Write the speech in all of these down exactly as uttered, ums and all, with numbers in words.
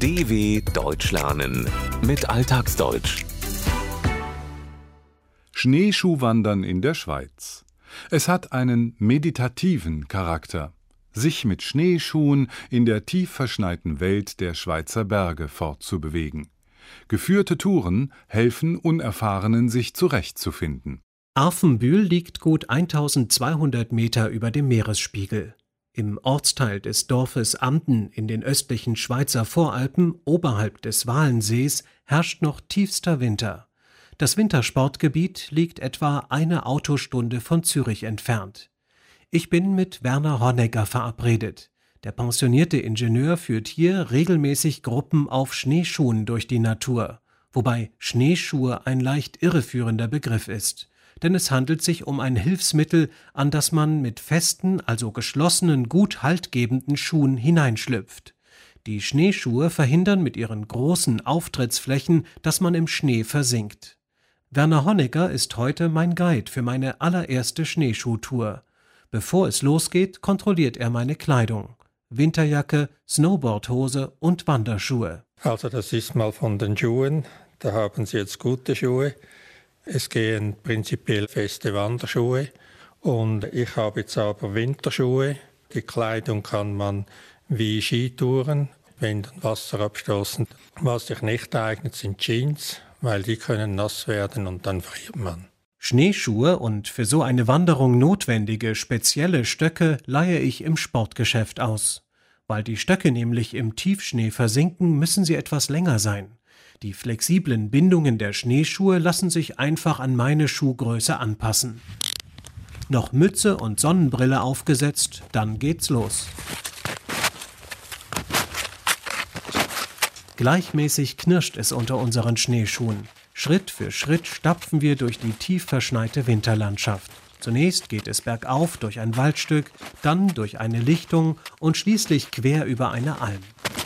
D W Deutsch lernen mit Alltagsdeutsch. Schneeschuhwandern in der Schweiz. Es hat einen meditativen Charakter, sich mit Schneeschuhen in der tief verschneiten Welt der Schweizer Berge fortzubewegen. Geführte Touren helfen Unerfahrenen, sich zurechtzufinden. Arfenbühl liegt gut eintausendzweihundert Meter über dem Meeresspiegel. Im Ortsteil des Dorfes Amden in den östlichen Schweizer Voralpen, oberhalb des Walensees, herrscht noch tiefster Winter. Das Wintersportgebiet liegt etwa eine Autostunde von Zürich entfernt. Ich bin mit Werner Honegger verabredet. Der pensionierte Ingenieur führt hier regelmäßig Gruppen auf Schneeschuhen durch die Natur, wobei Schneeschuhe ein leicht irreführender Begriff ist. Denn es handelt sich um ein Hilfsmittel, an das man mit festen, also geschlossenen, gut haltgebenden Schuhen hineinschlüpft. Die Schneeschuhe verhindern mit ihren großen Auftrittsflächen, dass man im Schnee versinkt. Werner Honegger ist heute mein Guide für meine allererste Schneeschuhtour. Bevor es losgeht, kontrolliert er meine Kleidung. Winterjacke, Snowboardhose und Wanderschuhe. Also das ist mal von den Schuhen. Da haben Sie jetzt gute Schuhe. Es gehen prinzipiell feste Wanderschuhe und ich habe jetzt aber Winterschuhe. Die Kleidung kann man wie Skitouren, Wind und Wasser abstoßen. Was sich nicht eignet, sind Jeans, weil die können nass werden und dann friert man. Schneeschuhe und für so eine Wanderung notwendige spezielle Stöcke leihe ich im Sportgeschäft aus. Weil die Stöcke nämlich im Tiefschnee versinken, müssen sie etwas länger sein. Die flexiblen Bindungen der Schneeschuhe lassen sich einfach an meine Schuhgröße anpassen. Noch Mütze und Sonnenbrille aufgesetzt, dann geht's los. Gleichmäßig knirscht es unter unseren Schneeschuhen. Schritt für Schritt stapfen wir durch die tief verschneite Winterlandschaft. Zunächst geht es bergauf durch ein Waldstück, dann durch eine Lichtung und schließlich quer über eine Alm.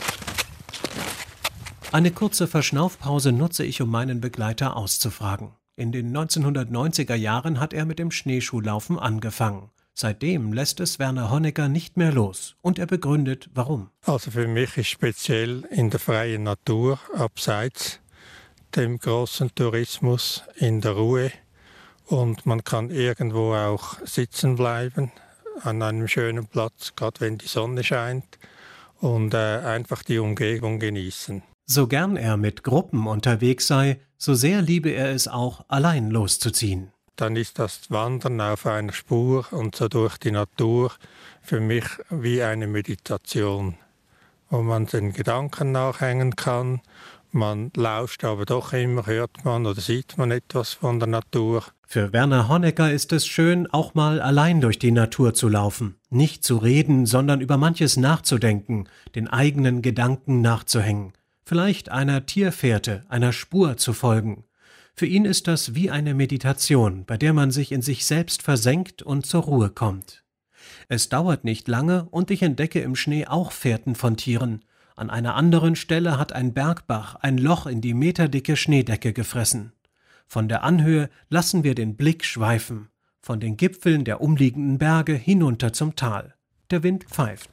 Eine kurze Verschnaufpause nutze ich, um meinen Begleiter auszufragen. In den neunzehnhundertneunziger Jahren hat er mit dem Schneeschuhlaufen angefangen. Seitdem lässt es Werner Honegger nicht mehr los und er begründet, warum. Also für mich ist speziell in der freien Natur, abseits dem großen Tourismus, in der Ruhe. Und man kann irgendwo auch sitzen bleiben, an einem schönen Platz, gerade wenn die Sonne scheint, und äh, einfach die Umgebung genießen. So gern er mit Gruppen unterwegs sei, so sehr liebe er es auch, allein loszuziehen. Dann ist das Wandern auf einer Spur und so durch die Natur für mich wie eine Meditation, wo man den Gedanken nachhängen kann. Man lauscht aber doch immer, hört man oder sieht man etwas von der Natur. Für Werner Honegger ist es schön, auch mal allein durch die Natur zu laufen. Nicht zu reden, sondern über manches nachzudenken, den eigenen Gedanken nachzuhängen. Vielleicht einer Tierfährte, einer Spur zu folgen. Für ihn ist das wie eine Meditation, bei der man sich in sich selbst versenkt und zur Ruhe kommt. Es dauert nicht lange und ich entdecke im Schnee auch Fährten von Tieren. An einer anderen Stelle hat ein Bergbach ein Loch in die meterdicke Schneedecke gefressen. Von der Anhöhe lassen wir den Blick schweifen, von den Gipfeln der umliegenden Berge hinunter zum Tal. Der Wind pfeift.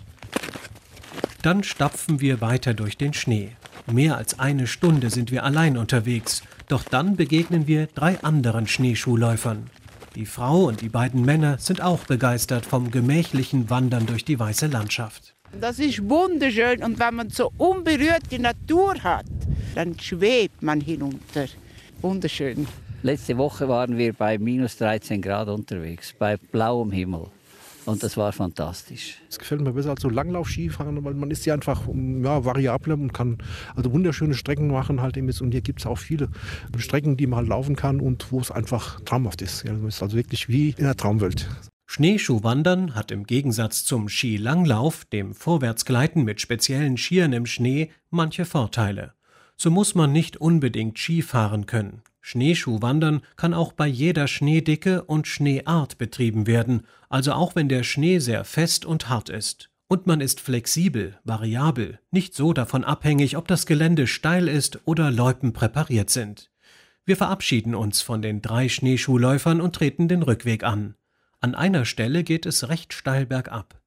Dann stapfen wir weiter durch den Schnee. Mehr als eine Stunde sind wir allein unterwegs, doch dann begegnen wir drei anderen Schneeschuhläufern. Die Frau und die beiden Männer sind auch begeistert vom gemächlichen Wandern durch die weiße Landschaft. Das ist wunderschön und wenn man so unberührt die Natur hat, dann schwebt man hinunter. Wunderschön. Letzte Woche waren wir bei minus dreizehn Grad unterwegs, bei blauem Himmel. Und das war fantastisch. Es gefällt mir besser als so Langlauf-Skifahren, weil man ist ja einfach ja, variabler und kann also wunderschöne Strecken machen. Halt eben. Und hier gibt es auch viele Strecken, die man halt laufen kann und wo es einfach traumhaft ist. Ja, es ist also wirklich wie in der Traumwelt. Schneeschuhwandern hat im Gegensatz zum Skilanglauf, dem Vorwärtsgleiten mit speziellen Skiern im Schnee, manche Vorteile. So muss man nicht unbedingt Ski fahren können. Schneeschuhwandern kann auch bei jeder Schneedicke und Schneeart betrieben werden, also auch wenn der Schnee sehr fest und hart ist. Und man ist flexibel, variabel, nicht so davon abhängig, ob das Gelände steil ist oder Loipen präpariert sind. Wir verabschieden uns von den drei Schneeschuhläufern und treten den Rückweg an. An einer Stelle geht es recht steil bergab.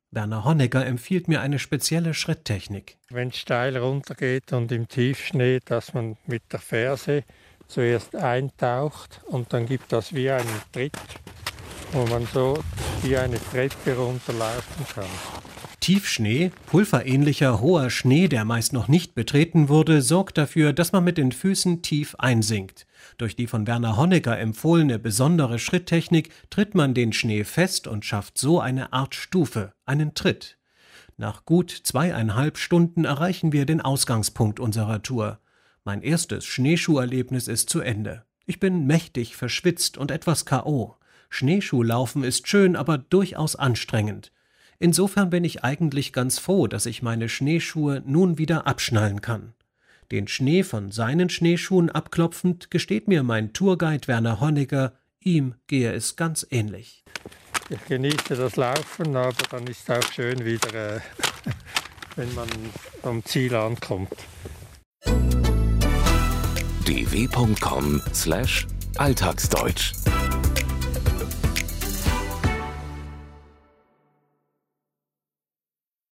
Werner Honegger empfiehlt mir eine spezielle Schritttechnik. Wenn es steil runtergeht und im Tiefschnee, dass man mit der Ferse zuerst eintaucht und dann gibt das wie einen Tritt, wo man so wie eine Treppe runterlaufen kann. Tiefschnee, pulverähnlicher hoher Schnee, der meist noch nicht betreten wurde, sorgt dafür, dass man mit den Füßen tief einsinkt. Durch die von Werner Honegger empfohlene besondere Schritttechnik tritt man den Schnee fest und schafft so eine Art Stufe, einen Tritt. Nach gut zweieinhalb Stunden erreichen wir den Ausgangspunkt unserer Tour. Mein erstes Schneeschuherlebnis ist zu Ende. Ich bin mächtig verschwitzt und etwas K O Schneeschuhlaufen ist schön, aber durchaus anstrengend. Insofern bin ich eigentlich ganz froh, dass ich meine Schneeschuhe nun wieder abschnallen kann. Den Schnee von seinen Schneeschuhen abklopfend gesteht mir mein Tourguide Werner Honegger, ihm gehe es ganz ähnlich. Ich genieße das Laufen, aber dann ist es auch schön wieder, äh, wenn man am Ziel ankommt. d w punkt com slash alltagsdeutsch